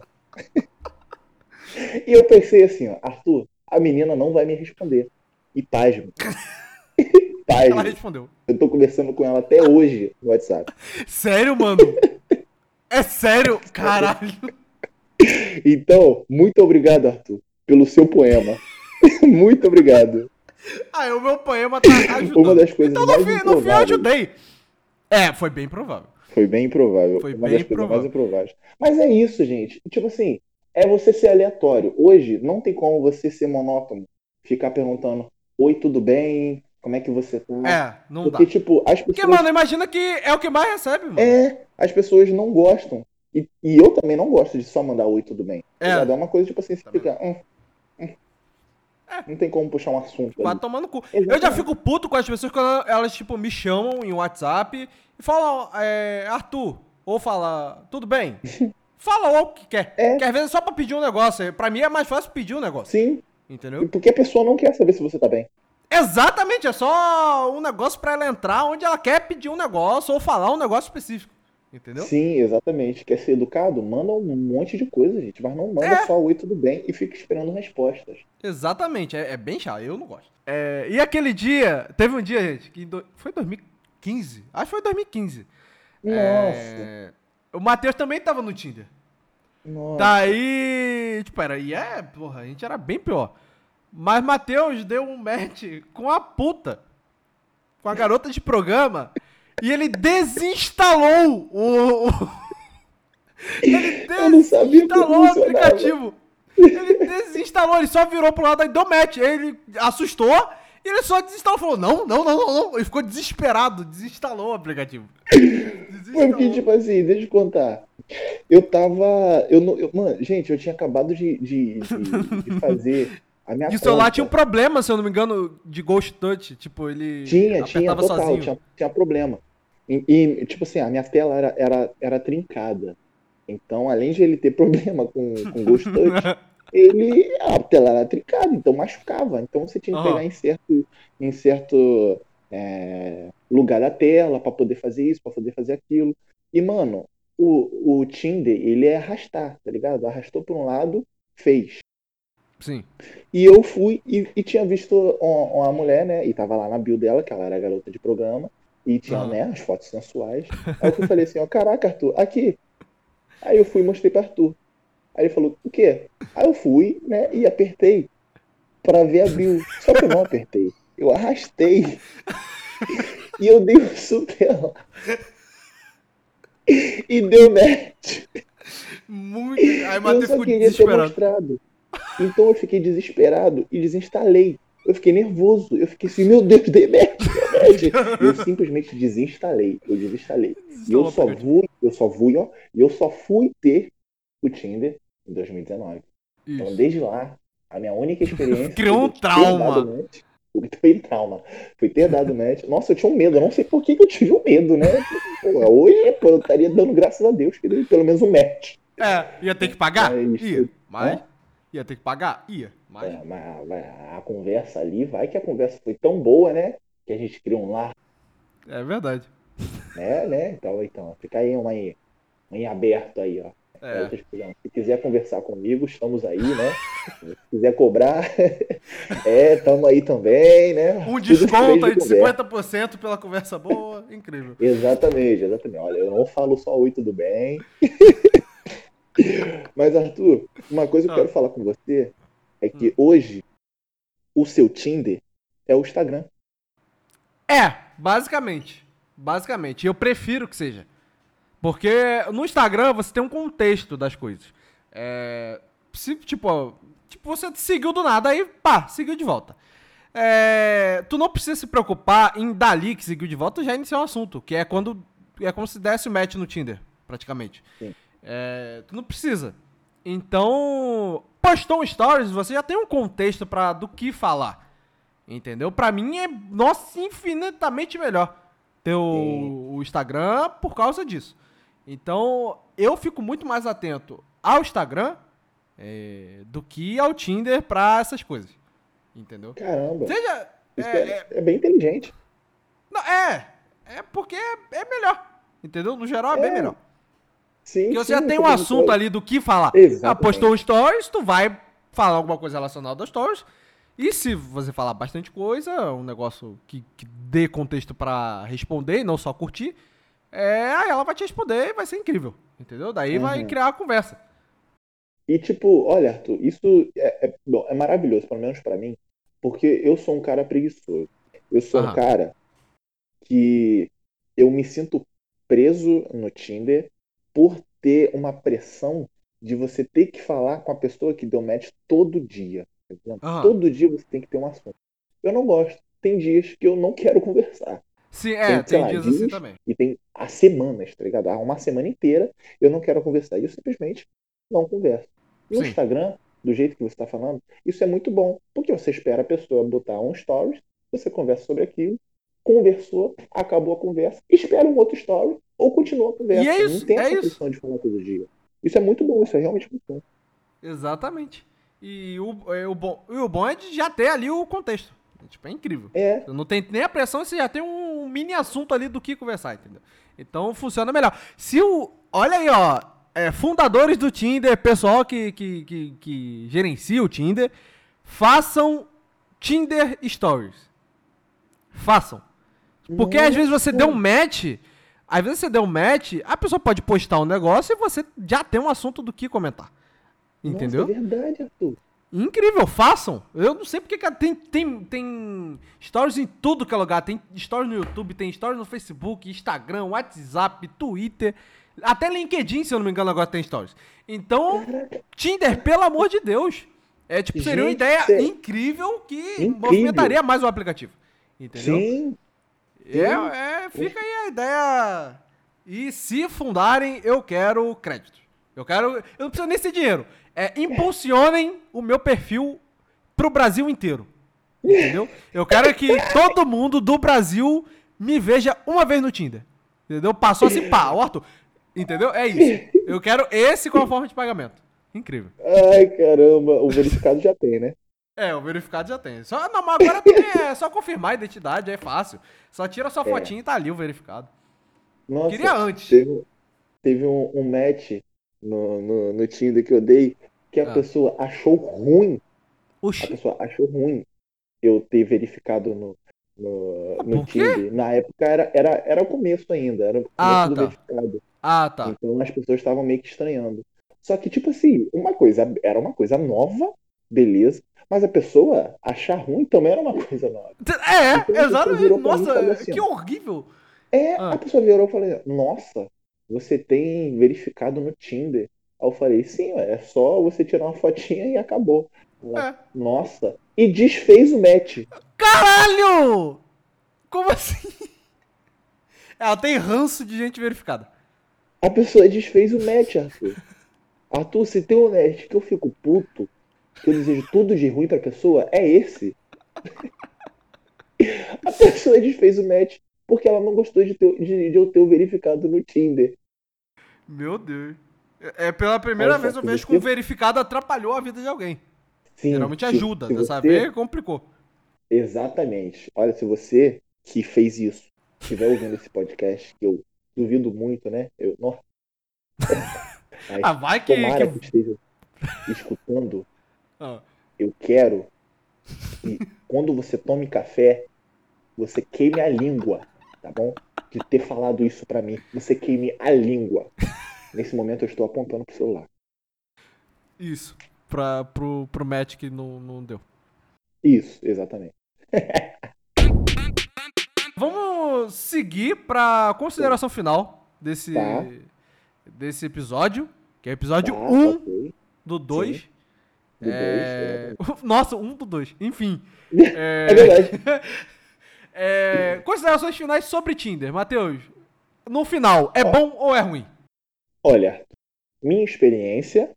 E eu pensei assim, ó, Arthur, a menina não vai me responder. E pasme, Ela pasme. respondeu. Eu tô conversando com ela até hoje no WhatsApp. Sério, mano? É sério? Caralho. Então, muito obrigado, Arthur, pelo seu poema. Muito obrigado. Ah, o meu poema tá Uma ajudando. das coisas Então mais no fim eu improváveis. ajudei. É, foi bem provável. Foi bem improvável. Foi Uma bem das coisas mais provável. improváveis. Mas é isso, gente. Tipo assim, é você ser aleatório. Hoje, não tem como você ser monótono. Ficar perguntando, oi, tudo bem? Como é que você tá? É, não Porque, dá. tipo, Porque, mano, imagina que é o que mais recebe, mano. as pessoas não gostam. E eu também não gosto de só mandar oi, tudo bem. Tá É, ligado? É uma coisa, tipo assim, você também fica, não. É, não tem como puxar um assunto quase ali. tomando cu. Eu já Exatamente. fico puto com as pessoas quando elas, tipo, me chamam em WhatsApp e falam, Arthur, ou fala, tudo bem? Fala o que quer. É, Que às vezes é só pra pedir um negócio. Pra mim é mais fácil pedir um negócio. sim. Entendeu? Porque a pessoa não quer saber se você tá bem. Exatamente, é só um negócio pra ela entrar onde ela quer pedir um negócio ou falar um negócio específico. Entendeu? Sim, exatamente. Quer ser educado? Manda um monte de coisa, gente. Mas não manda É, só oi, tudo bem e fica esperando respostas. exatamente. É bem chato, eu não gosto. E aquele dia, teve um dia, gente, que foi 2015? Acho que foi 2015. Nossa, O Matheus também tava no Tinder. nossa. Daí, tipo, porra, a gente era bem pior. Mas Matheus deu um match com a puta, com a garota de programa, e ele desinstalou ele Eu não sabia como desinstalou o funcionava. aplicativo. Ele desinstalou, ele virou pro lado e deu match. Ele assustou e ele só desinstalou. Falou, não. Ele ficou desesperado, desinstalou o aplicativo. Foi porque, Desinstalou. tipo assim, deixa eu contar. Eu tava. Eu não, mano, gente, eu tinha acabado de fazer a minha E o celular tinha um conta. problema, se eu não me engano, de Ghost Touch. Tipo, ele Tinha, apertava total, sozinho. tinha problema. Tipo assim, a minha tela era trincada. Então, além de ele ter problema com Ghost Touch, a tela era trincada, então machucava. Então você tinha que pegar Aham. em certo lugar da tela para poder fazer isso, para poder fazer aquilo. E, mano, o Tinder, ele é arrastar, tá ligado? Arrastou para um lado, fez. Sim. E eu fui e tinha visto uma mulher, né? E tava lá na bio dela, que ela era garota de programa, e tinha, Aham. né, as fotos sensuais. Aí eu fui e falei assim, ó, caraca, Arthur, aqui. Aí eu fui e mostrei pra Arthur. Aí ele falou, o quê? Aí eu fui, né, e apertei pra ver a bio. Só que eu não apertei. Eu arrastei e eu dei um super lá. E deu match. Muito. Aí o Eu Matheus só ficou queria ter desesperado. mostrado. Então eu fiquei desesperado e desinstalei. Eu fiquei nervoso. Eu fiquei assim, meu Deus, dei match, deu match. Eu simplesmente desinstalei. Eu desinstalei. E Desinstalou o aplicativo. ó, e eu só fui ter o Tinder em 2019. Então, Isso. desde lá, a minha única experiência foi Criou um de ter dado trauma. match. Foi trauma. Foi ter dado match. Nossa, eu tinha um medo. Eu não sei por que eu tive um medo, né? Pô, hoje, pô, eu estaria dando graças a Deus que dei pelo menos um match. É, ia ter que pagar? Mas, Ia. Mas. hã? Ia ter que pagar? Ia. Mas. A conversa ali, vai que a conversa foi tão boa, né? Que a gente cria um lar, É verdade. né? Então, fica aí uma em aberto aí, ó. Pra É. outras pessoas. Se quiser conversar comigo, estamos aí, né? Se quiser cobrar, estamos aí também, né? Um Tudo desconto depende de aí de conversa. 50% pela conversa boa. Incrível. Exatamente, exatamente. Olha, eu não falo só oi, tudo bem. Mas, Arthur, uma coisa que eu Ah. quero falar com você é que hoje o seu Tinder é o Instagram. É, basicamente. Basicamente. Eu prefiro que seja. Porque no Instagram você tem um contexto das coisas. É, se, tipo, você seguiu do nada, aí pá, seguiu de volta. É, tu não precisa se preocupar em dali que seguiu de volta já iniciar um assunto, que é quando é como se desse o match no Tinder, praticamente. Sim. É, tu não precisa. Então, postou um stories, você já tem um contexto para do que falar. Entendeu? Pra mim é, nossa, infinitamente melhor ter Sim. o Instagram por causa disso. Então, eu fico muito mais atento ao Instagram do que ao Tinder pra essas coisas. Entendeu? Caramba, Seja. isso é bem inteligente. Não, é porque é melhor. Entendeu? No geral é bem É, melhor. sim, Porque você já sim, tem você um tem assunto vitória. ali do que falar. Ah, postou um Exatamente. stories, tu vai falar alguma coisa relacionada aos stories. E se você falar bastante coisa, um negócio que dê contexto pra responder e não só curtir, aí ela vai te responder e vai ser incrível. Entendeu? Daí vai Uhum. criar a conversa. E tipo, olha, Arthur, isso bom, é maravilhoso, pelo menos pra mim, porque eu sou um cara preguiçoso. Eu sou um Aham. cara que eu me sinto preso no Tinder por ter uma pressão de você ter que falar com a pessoa que deu match todo dia. Por exemplo. Aham. Todo dia você tem que ter um assunto. Eu não gosto. Tem dias que eu não quero conversar. Sim, Tem, sei tem lá, dias assim dias também. e tem as semanas, tá ligado? Há uma semana inteira eu não quero conversar. E eu simplesmente não converso. No Sim. Instagram, do jeito que você está falando, isso é muito bom. Porque você espera a pessoa botar um stories, você conversa sobre aquilo, conversou, acabou a conversa, espera um outro story ou continua a E conversa. Não tem é essa isso. pressão de falar todo dia. Isso é muito bom, isso é realmente muito bom. Exatamente. E o bom é de já ter ali o contexto. Tipo, é incrível. É, Você não tem nem a pressão, você já tem um mini assunto ali do que conversar, entendeu? Então funciona melhor. Se o. Olha aí, ó. Fundadores do Tinder, pessoal que gerencia o Tinder, façam Tinder Stories. Façam. Porque às vezes você deu um nossa, match. Às vezes você deu um match, a pessoa pode postar um negócio e você já tem um assunto do que comentar. nossa, é Entendeu? verdade, Arthur. Incrível, façam. Eu não sei porque, cara, tem stories em tudo que é lugar. Tem stories no YouTube, tem stories no Facebook, Instagram, WhatsApp, Twitter. Até LinkedIn, se eu não me engano, agora tem stories. Então, Caraca, Tinder, pelo amor de Deus. Seria uma gente, ideia isso é incrível que incrível. movimentaria mais o aplicativo. Entendeu? Sim, sim. Fica aí a ideia. E se fundarem, eu quero crédito. Eu não preciso nem ser dinheiro. Impulsionem o meu perfil pro Brasil inteiro. Entendeu? Eu quero que todo mundo do Brasil me veja uma vez no Tinder. Entendeu? Passou assim, pá, ó, Arthur. Entendeu? É isso. Eu quero esse com a forma de pagamento. Incrível. Ai, caramba, o verificado já tem, né? O verificado já tem. Não, mas agora também é só confirmar a identidade, é fácil. Só tira sua É. fotinha e tá ali o verificado. Queria Nossa, antes. teve um match no Tinder que eu dei que a Ah. pessoa achou ruim. A Oxi. pessoa achou ruim eu ter verificado no Por quê? Tinder. Na época era o começo ainda, era o começo Ah, do tá. verificado. Ah, tá. Então as pessoas estavam meio que estranhando. Só que, tipo assim, era uma coisa nova, beleza, mas a pessoa achar ruim também era uma coisa nova. Então a pessoa Exatamente. virou pra mim e falou Nossa, assim, que ó, horrível. a Ah, pessoa virou e falou, nossa, você tem verificado no Tinder. Aí eu falei, sim, ué, é só você tirar uma fotinha e acabou. Ela, é. nossa, e desfez o match. Caralho! Como assim? Ela tem ranço de gente verificada. A pessoa desfez o match, Arthur. Arthur, se tem um match que eu fico puto, que eu desejo tudo de ruim pra pessoa, é esse. A pessoa desfez o match porque ela não gostou de eu ter o verificado no Tinder. Meu Deus. Pela Olha primeira só, vez eu se vejo que um você. verificado atrapalhou a vida de alguém. Sim, Geralmente ajuda. se Dessa você. vez complicou. Exatamente. Olha, se você que fez isso estiver ouvindo esse podcast, que eu duvido muito, né? Nossa, Ah, mas vai que... tomara que esteja escutando, Ah. eu quero que quando você tome café, você queime a língua, tá bom? De ter falado isso pra mim. Você queime a língua. Nesse momento eu estou apontando pro celular. Isso. Pro match que não deu. Isso, exatamente. Vamos seguir pra consideração final Tá, desse episódio. Que é o episódio tá, um ok. do Sim, 2. do 2, exatamente. Nossa, um do 2. Enfim. É verdade. Considerações finais sobre Tinder. Matheus, no final, é Ó, bom ou é ruim? olha, minha experiência,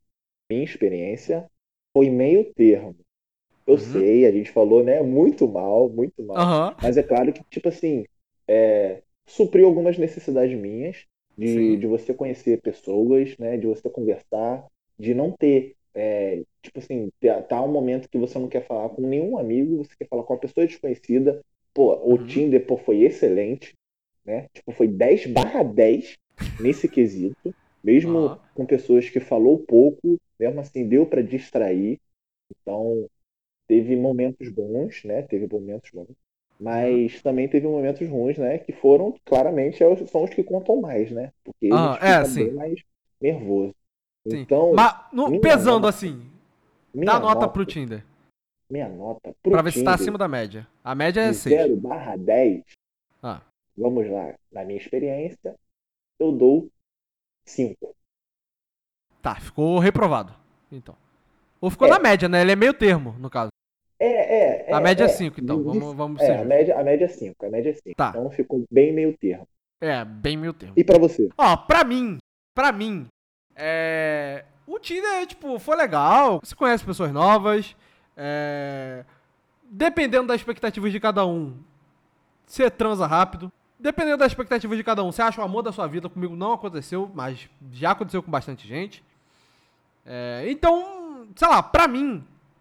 foi meio termo. Eu Uhum. sei, a gente falou, né, muito mal, Aham. mas é claro que, tipo assim, supriu algumas necessidades minhas Sim. de você conhecer pessoas, né, de você conversar, de não ter, tipo assim, tá um momento que você não quer falar com nenhum amigo, você quer falar com uma pessoa desconhecida. Pô, o Uhum. Tinder, pô, foi excelente, né? Tipo, foi 10/10 nesse quesito, Aham. mesmo com pessoas que falou pouco, mesmo assim deu para distrair. Então, teve momentos bons, né? Teve momentos bons, Uhum. mas também teve momentos ruins, né? Que foram claramente são os que contam mais, né? Porque a Aham. gente É, fica sim. bem mais nervoso. Sim. Então, Mas, minha pesando nota, assim, dá minha nota pro nota, Tinder. minha nota pro Pra ver se tá Tinder acima da média. A média é de 6. 0/10, Ah, vamos lá, na minha experiência, eu dou 5. tá. Ficou reprovado. Então. Ou ficou na É, média, né? Ele é meio termo, no caso. A média é 5, então. Vamos ser justos. A média é 5, a média é 5. Tá. Então ficou bem meio termo. É, bem meio termo. E pra você? Ó, pra mim, o Tinder, tipo, foi legal. Você conhece pessoas novas. Dependendo das expectativas de cada um, você transa rápido. Dependendo das expectativas de cada um, você acha o amor da sua vida. Comigo não aconteceu, mas já aconteceu com bastante gente. Então, sei lá, pra mim,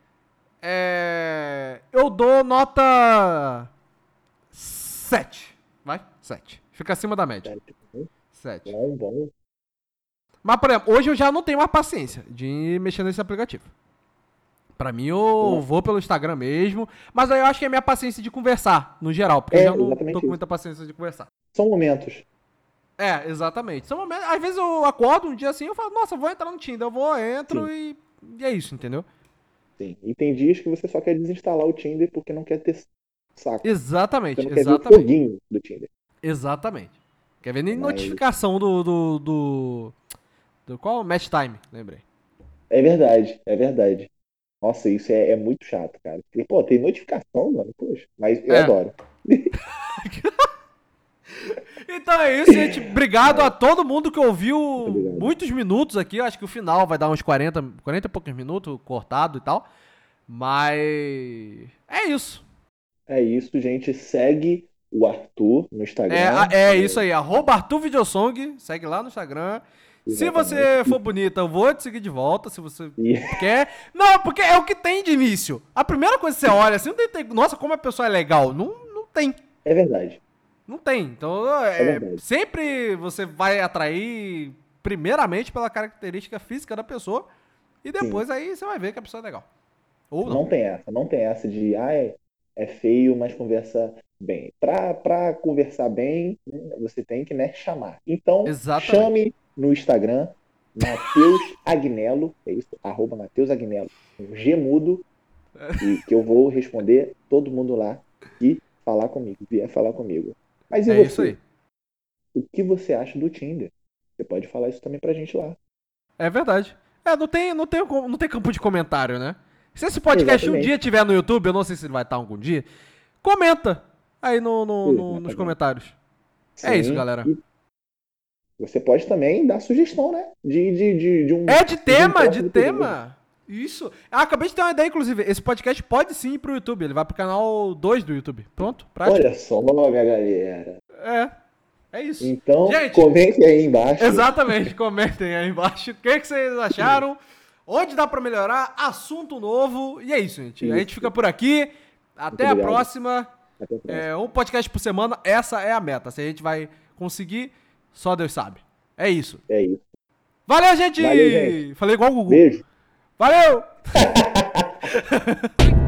eu dou nota 7. Vai? 7. Fica acima da média. 7. 7. Bom, bom. Mas, por exemplo, hoje eu já não tenho mais paciência de mexer nesse aplicativo. Pra mim, eu Não, vou pelo Instagram mesmo. Mas aí eu acho que é minha paciência de conversar, no geral. Porque eu já não tô exatamente com isso. muita paciência de conversar. São momentos. Exatamente. São momentos, às vezes eu acordo um dia assim, eu falo, nossa, vou entrar no Tinder. Eu vou, entro Sim, e é isso, entendeu? sim. E tem dias que você só quer desinstalar o Tinder porque não quer ter saco. Você Exatamente, não quer ver o exatamente. foguinho do Tinder. Exatamente. Quer ver nem Mas notificação do qual? Match Time, lembrei. é verdade, é verdade. Nossa, isso é muito chato, cara. Porque, pô, tem notificação, mano. Poxa, mas eu É. adoro. Então é isso, gente. Obrigado a Mas, todo mundo que muito ouviu obrigado. muitos minutos aqui. Eu acho que o final vai dar uns 40 e poucos minutos, cortado e tal. Mas é isso. É isso, gente. Segue o Arthur no É, Instagram. é isso aí. @ArthurVideosong. Segue lá no Instagram. Se Exatamente. você for bonita, eu vou te seguir de volta. Se você E quer. Não, porque é o que tem de início. A primeira coisa que você olha assim, não tem. Nossa, como a pessoa é legal. Não tem. é verdade. Não tem. Então, É verdade. sempre você vai atrair, primeiramente, pela característica física da pessoa. E Sim. depois aí você vai ver que a pessoa é legal. Ou não. Não tem essa. Não tem essa de, é feio, mas conversa bem. Pra conversar bem, né, você tem que, né, chamar. Então, Exatamente. chame no Instagram. Matheus Agnello, é isso? @ Matheus Agnello, um G mudo, e que eu vou responder todo mundo lá que falar comigo, vier falar comigo. Mas e É isso você? aí. O que você acha do Tinder? Você pode falar isso também pra gente lá. É verdade. Não tem campo de comentário, né? Se esse podcast um dia Exatamente. tiver no YouTube, eu não sei se ele vai estar algum dia, comenta aí nos Exatamente. comentários. É isso, Sim. galera. E você pode também dar sugestão, né? É de De um tema, de próximo episódio. tema. Isso. Ah, acabei de ter uma ideia, inclusive. Esse podcast pode sim ir pro YouTube. Ele vai pro canal 2 do YouTube. Pronto, prático. Olha só, minha galera. É. É isso. Então, Gente, comente aí embaixo. exatamente. Comentem aí embaixo o que vocês acharam. Onde dá pra melhorar. Assunto novo. E é isso, gente. A gente fica Isso. por aqui. Muito Até a obrigado. próxima. Até a próxima. Um podcast por semana. Essa é a meta. Se a gente vai conseguir, só Deus sabe. É isso. É isso. Valeu, Valeu, gente. gente! Falei igual o Gugu. Beijo. Valeu!